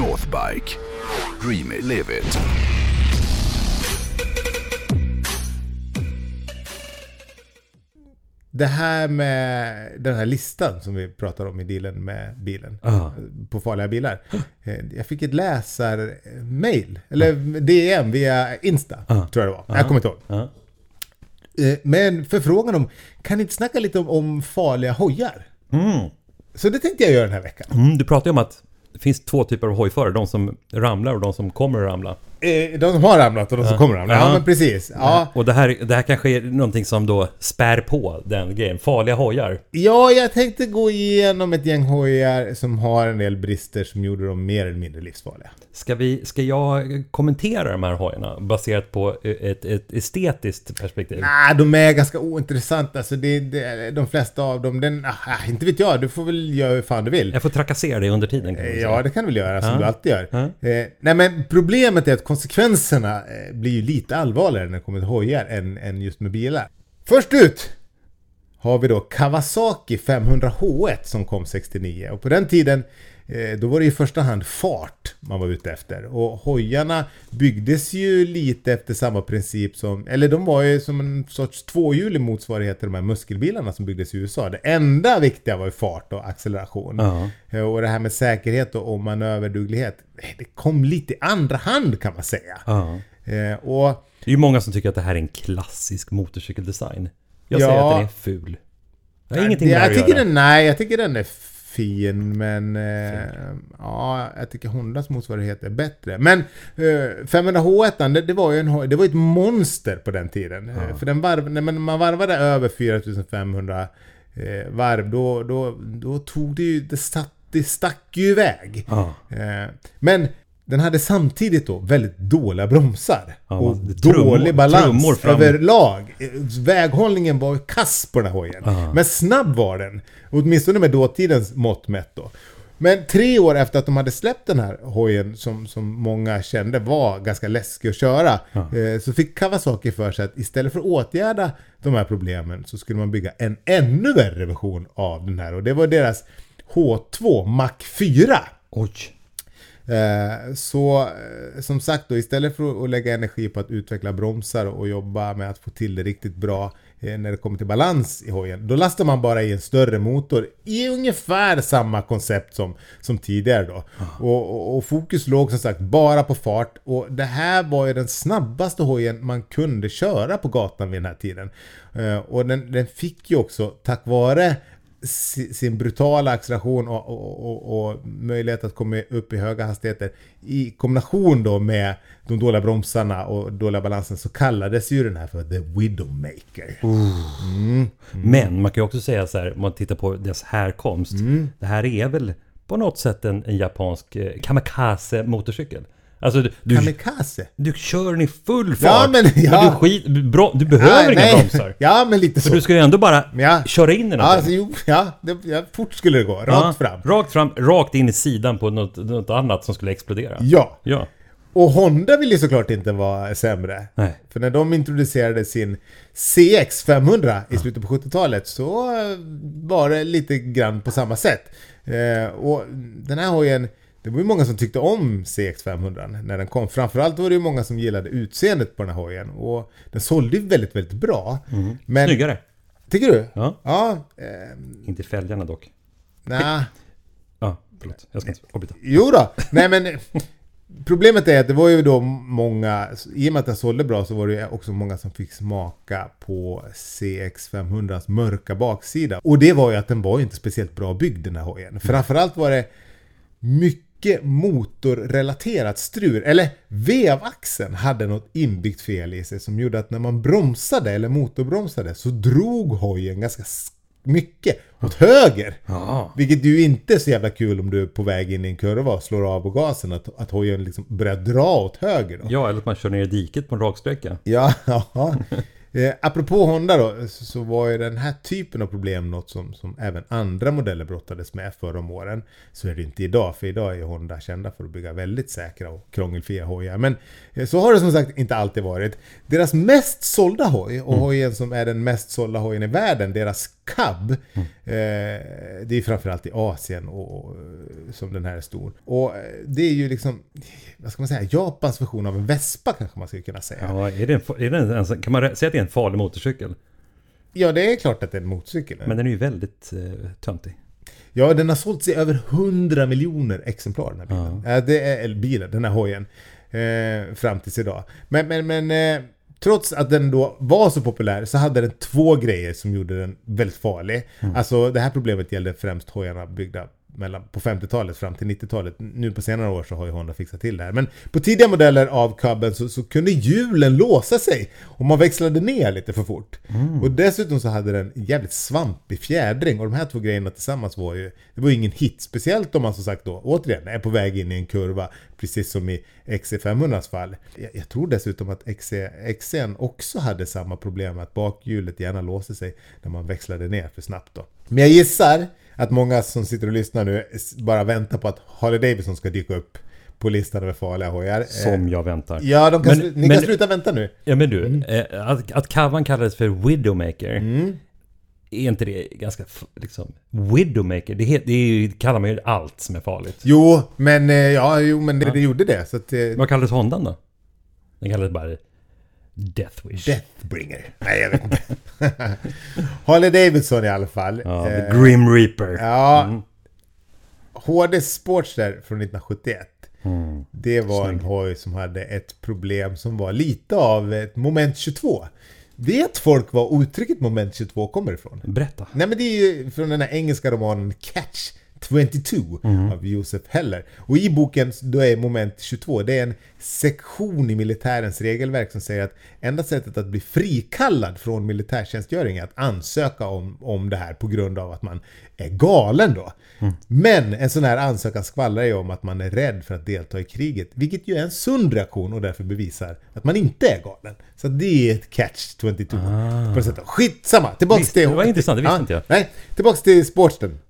Northbike. Dream it, live it. Det här med den här listan som vi pratar om i dealen med bilen på farliga bilar. Jag fick ett läsarmail eller DM via Insta tror jag det var. Jag kommer inte ihåg. Men förfrågan om kan ni inte snacka lite om farliga hojar? Så det tänkte jag göra den här veckan. Du pratade ju om att det finns två typer av hojförare. De som ramlar och de som kommer att ramla. De som har ramlat och de som kommer att ramla. Ja, men precis. Ja. Och det här kanske är någonting som då spär på den grejen. Farliga hojar. Ja, jag tänkte gå igenom ett gäng hojar som har en del brister som gjorde dem mer eller mindre livsfarliga. Ska jag kommentera de här hojarna baserat på ett estetiskt perspektiv? Nej, de är ganska ointressanta. Alltså de flesta av dem, inte vet jag, du får väl göra hur fan du vill. Jag får trakassera dig under tiden. Ja, det kan du väl göra som du alltid gör. Nej, men problemet är att konsekvenserna blir ju lite allvarligare när det kommer till hojar än just med bilar. Först ut har vi då Kawasaki 500H1 som kom 69. Och på den tiden då var det i första hand fart man var ute efter. Och hojarna byggdes ju lite efter samma princip som, eller de var ju som en sorts tvåhjulig motsvarighet till de här muskelbilarna som byggdes i USA. Det enda viktiga var ju fart och acceleration. Och det här med säkerhet och manöverduglighet, det kom lite i andra hand kan man säga. Och det är ju många som tycker att det här är en klassisk motorcykeldesign. Jag säger att den är ful. Det är ingenting jag tycker den är fin, men jag tycker Hondas motsvarighet är bättre. Men 500H1 det var ett monster på den tiden. För när man varvade över 4500 varv då tog det ju det stack ju iväg. Men den hade samtidigt då väldigt dåliga bromsar och dålig balans överlag. Väghållningen var kass på den här hojen. Men snabb var den, åtminstone med dåtidens mått mätt då. Men 3 år efter att de hade släppt den här hojen som många kände var ganska läskig att köra, så fick Kawasaki för sig att istället för att åtgärda de här problemen så skulle man bygga en ännu värre version av den här. Och det var deras H2 Mach 4. Oj. Så som sagt då, istället för att lägga energi på att utveckla bromsar och jobba med att få till det riktigt bra när det kommer till balans i hojen, då lastar man bara i en större motor i ungefär samma koncept som tidigare då. Och fokus låg som sagt bara på fart, och det här var ju den snabbaste hojen man kunde köra på gatan vid den här tiden. Och den fick ju också, tack vare sin brutala acceleration och möjlighet att komma upp i höga hastigheter i kombination då med de dåliga bromsarna och dåliga balansen, så kallades ju den här för The Widowmaker. Men man kan ju också säga så här, om man tittar på dess härkomst, det här är väl på något sätt en japansk kamikaze motorcykel. Alltså kamikaze? Du kör den i full fart. Men du behöver inga bromsar. Ja, men lite så. För du ska ju ändå bara köra in i någonting. Fort skulle det gå. Rakt fram. Rakt in i sidan på något annat som skulle explodera. Ja. Och Honda vill ju såklart inte vara sämre. Nej. För när de introducerade sin CX 500 i slutet på 70-talet så var det lite grann på samma sätt. Och den här hojen, det var ju många som tyckte om CX500 när den kom. Framförallt var det ju många som gillade utseendet på den här hojen. Och den sålde ju väldigt, väldigt bra. Men, snyggare. Tycker du? Ja. Inte fälgarna dock. Nej. Förlåt. Jag ska inte avbryta. Jo då. Nej, men problemet är att det var ju då många, i och med att den sålde bra så var det också många som fick smaka på CX500s mörka baksida. Och det var ju att den var ju inte speciellt bra byggd, den här hojen. Framförallt var det mycket motorrelaterat strul, eller vevaxeln hade något inbyggt fel i sig som gjorde att när man bromsade eller motorbromsade så drog hojen ganska mycket åt höger. Vilket ju inte är så jävla kul om du är på väg in i en kurva och slår av på gasen, att hojen liksom börjar dra åt höger då. Ja, eller att man kör ner i diket på en raksträcka. Ja. Apropå Honda då, så var ju den här typen av problem något som även andra modeller brottades med förra om åren. Så är det inte idag, för idag är Honda kända för att bygga väldigt säkra och krångelfria hojar. Men så har det som sagt inte alltid varit. Deras mest sålda hoj, och hojen som är den mest sålda hojen i världen, deras Cub. Det är framförallt i Asien och som den här är stor. Och det är ju liksom, vad ska man säga, Japans version av en Vespa kanske man skulle kunna säga. Ja, kan man säga att det är en farlig motorcykel? Ja, det är klart att det är en motorcykel. Men den är ju väldigt töntig. Ja, den har sålts i över 100 miljoner exemplar, den här bilen. Ja. Det är bilen, den här hojen. Fram tills idag. Men trots att den då var så populär så hade den 2 grejer som gjorde den väldigt farlig. Alltså det här problemet gällde främst hojarna byggda på 50-talet fram till 90-talet. Nu på senare år så har ju Honda fixat till det här. Men på tidiga modeller av Cubben så kunde hjulen låsa sig om man växlade ner lite för fort. Och dessutom så hade den jävligt svampig fjädring. Och de här 2 grejerna tillsammans det var ju ingen hit. Speciellt om man som sagt då återigen är på väg in i en kurva. Precis som i XC500s fall. Jag tror dessutom att XC'n också hade samma problem med att bakhjulet gärna låste sig när man växlade ner för snabbt då. Men jag gissar att många som sitter och lyssnar nu bara väntar på att Harley Davidson ska dyka upp på listan över farliga hojar. Som jag väntar. Ja, ni kan sluta vänta nu. Ja, men du, att Cavan kallades för Widowmaker, är inte det ganska liksom Widowmaker? Det kallar man ju allt som är farligt. Jo, men det gjorde det. Så att, vad kallades Hondan då? Den kallades bara Deathwish. Deathbringer. Nej, jag vet inte. Harley Davidson i alla fall. Ja, The Grim Reaper. Ja. HD Sportster från 1971. Det var en hoj som hade ett problem som var lite av ett moment 22. Vet folk var uttrycket moment 22 kommer ifrån? Berätta. Nej, men det är ju från den här engelska romanen Catch 22 av Joseph Heller. Och i boken då är moment 22, det är en sektion i militärens regelverk som säger att enda sättet att bli frikallad från militärtjänstgöring är att ansöka om det här på grund av att man är galen då. Men en sån här ansökan skvallrar ju om att man är rädd för att delta i kriget, vilket ju är en sund reaktion och därför bevisar att man inte är galen. Så det är ett catch 22 på sätt. Skitsamma, tillbaks till... Det var intressant, det visste inte jag. Nej, tillbaks till Sportsten.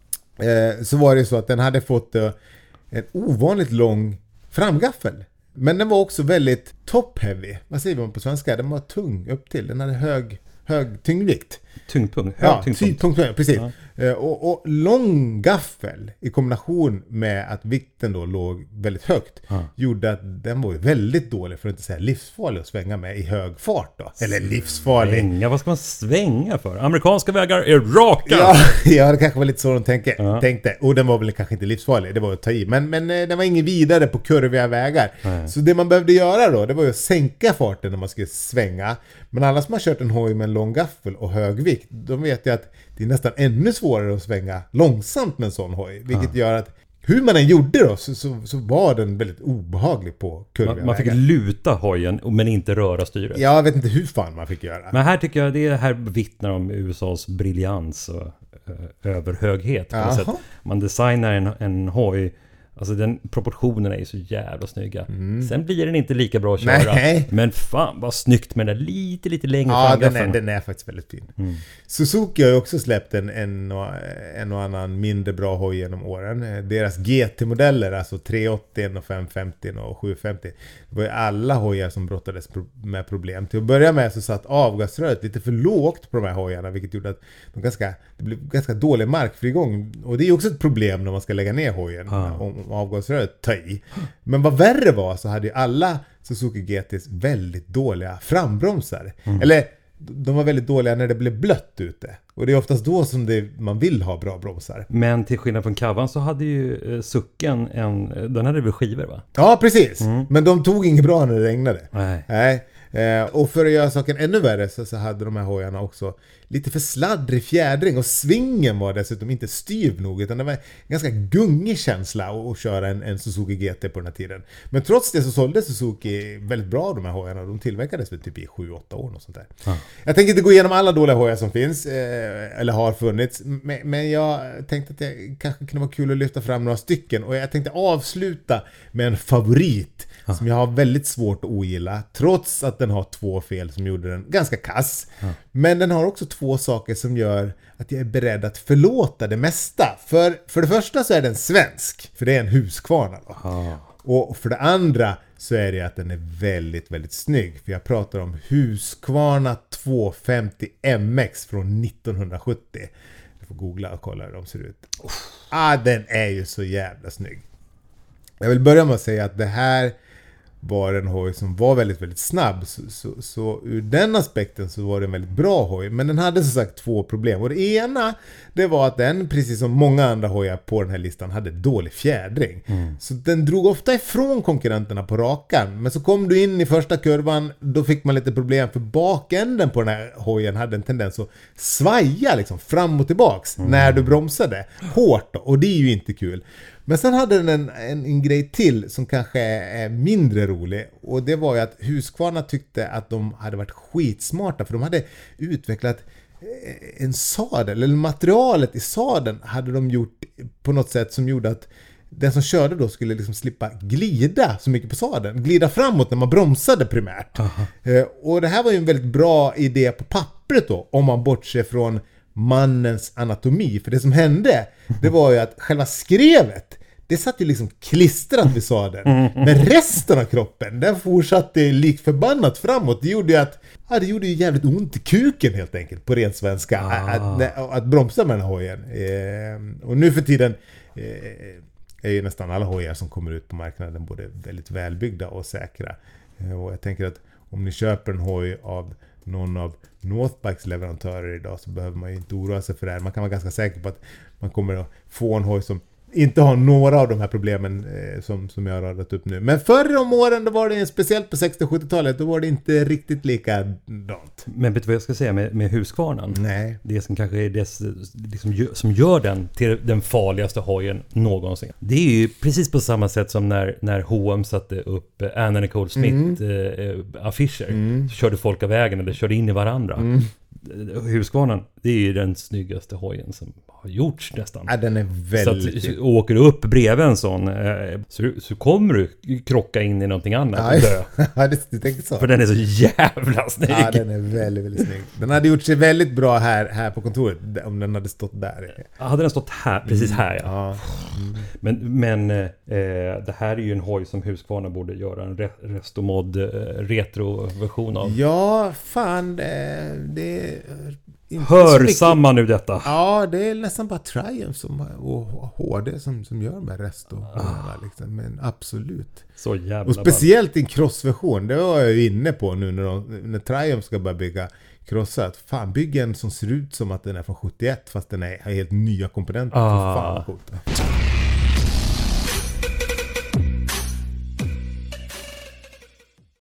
Så var det så att den hade fått en ovanligt lång framgaffel. Men den var också väldigt top-heavy. Vad säger man på svenska? Den var tung upp till. Den hade hög tyngdvikt. Tyngdpunkt. Tyngdpunkt, precis. Ja. Och lång gaffel i kombination med att vikten då låg väldigt högt gjorde att den var väldigt dålig, för att inte säga livsfarlig, att svänga med i hög fart då. Eller livsfarlig. Svänga, vad ska man svänga för? Amerikanska vägar är raka! Ja, det kanske var lite så de tänkte. Och den var väl kanske inte livsfarlig, det var att ta i. Men den var ingen vidare på kurviga vägar. Så det man behövde göra då, det var ju att sänka farten när man skulle svänga. Men alla som har kört en hoj med en lång gaffel och hög vikt, de vet ju att det är nästan ännu svårare att svänga långsamt med en sån hoj. Vilket gör att hur man än gjorde då så var den väldigt obehaglig på kurviga vägar. Man fick luta hojen men inte röra styret. Jag vet inte hur fan man fick göra. Men här tycker jag det här vittnar om USAs briljans och överhöghet på något sätt. Man designar en hoj. Alltså proportionerna är ju så jävla snygga. Sen blir den inte lika bra att köra. Nej. Men fan vad snyggt med den lite längre framgaffeln. Den är faktiskt väldigt fin. Suzuki har ju också släppt en och annan mindre bra hoj genom åren. Deras GT-modeller, alltså 380 och 550 och 750. Det var ju alla hojar som brottades med problem. Till att börja med så satt avgasröret lite för lågt på de här hojarna, vilket gjorde att det blev ganska dålig markfrigång. Och det är ju också ett problem när man ska lägga ner hojen. Om avgasröret tar i. Men vad värre var, så hade ju alla Suzuki GTs väldigt dåliga frambromsar. Eller de var väldigt dåliga när det blev blött ute. Och det är oftast då som man vill ha bra bromsar. Men till skillnad från Cavan så hade ju Sucken den hade väl skivor, va? Ja, precis. Men de tog inget bra när det regnade. Nej. Och för att göra saken ännu värre så hade de här hojarna också lite för sladdrig fjädring, och svingen var dessutom inte styv nog, utan det var en ganska gungig känsla att köra en Suzuki GT på den här tiden. Men trots det så sålde Suzuki väldigt bra de här hojarna. De tillverkades väl typ i 7-8 år och sånt där. Jag tänker inte gå igenom alla dåliga hojar som finns eller har funnits, men jag tänkte att det kanske kunde vara kul att lyfta fram några stycken, och jag tänkte avsluta med en favorit som jag har väldigt svårt att ogilla, trots att den har 2 fel som gjorde den ganska kass. Men den har också 2 saker som gör att jag är beredd att förlåta det mesta. För det första så är den svensk, för det är en Husqvarna då. Och för det andra så är det att den är väldigt, väldigt snygg. För jag pratar om Husqvarna 250 MX från 1970. Du får googla och kolla hur de ser ut. Den är ju så jävla snygg. Jag vill börja med att säga att det här var en hoj som var väldigt, väldigt snabb. Så ur den aspekten så var det en väldigt bra hoj. Men den hade som sagt 2 problem. Och det ena, det var att den, precis som många andra hojar på den här listan, hade dålig fjädring. Så den drog ofta ifrån konkurrenterna på rakan. Men så kom du in i första kurvan, då fick man lite problem. För bakänden på den här hojen hade en tendens att svaja liksom fram och tillbaks när du bromsade hårt. Och det är ju inte kul. Men sen hade den en grej till som kanske är mindre rolig. Och det var ju att Husqvarna tyckte att de hade varit skitsmarta. För de hade utvecklat en sadel, eller materialet i sadeln hade de gjort på något sätt som gjorde att den som körde då skulle liksom slippa glida så mycket på sadeln. Glida framåt när man bromsade primärt. Och det här var ju en väldigt bra idé på pappret då. Om man bortser från mannens anatomi. För det som hände, det var ju att själva skrevet, det satt ju liksom klistrat vid sadeln. Men resten av kroppen, den fortsatte likt förbannat framåt. Det gjorde ju att det gjorde ju jävligt ont i kuken helt enkelt, på ren svenska. Att bromsa med den här hojen. Och nu för tiden är ju nästan alla hojar som kommer ut på marknaden både väldigt välbyggda och säkra. Och jag tänker att om ni köper en hoj av någon av Northbikes leverantörer idag, så behöver man ju inte oroa sig för det här. Man kan vara ganska säker på att man kommer att få en hoj som inte har några av de här problemen som jag har radat upp nu. Men förr om åren, då var det speciellt på 60- och 70-talet, då var det inte riktigt likadant. Men vet du vad jag ska säga med Husqvarnan? Nej. Det som kanske är det som gör den till den farligaste hojen någonsin. Det är ju precis på samma sätt som när H&M satte upp Anna Nicole Smith affischer. Så körde folk av vägen eller körde in i varandra. Husqvarnan, det är ju den snyggaste hojen som har gjorts nästan. Ja, den är väldigt... Så åker du upp bredvid en sån så kommer du krocka in i någonting annat och dö. Ja, det tänker så. För den är så jävla snygg. Ja, den är väldigt, väldigt snygg. Den hade gjort sig väldigt bra här på kontoret om den hade stått där. Hade den stått här, precis här ja. Men det här är ju en hoj som Husqvarna borde göra en Restomod retro-version av. Ja, fan det hörsamma nu detta. Ja, det är nästan bara Triumph och HD som gör med resto. Liksom. Men absolut. Så jävla och speciellt i en crossversion. Det var jag ju inne på nu när Triumph ska börja bygga crossar. Att fan, bygga en som ser ut som att den är från 71 fast den är helt nya komponenter. Fan, coolt.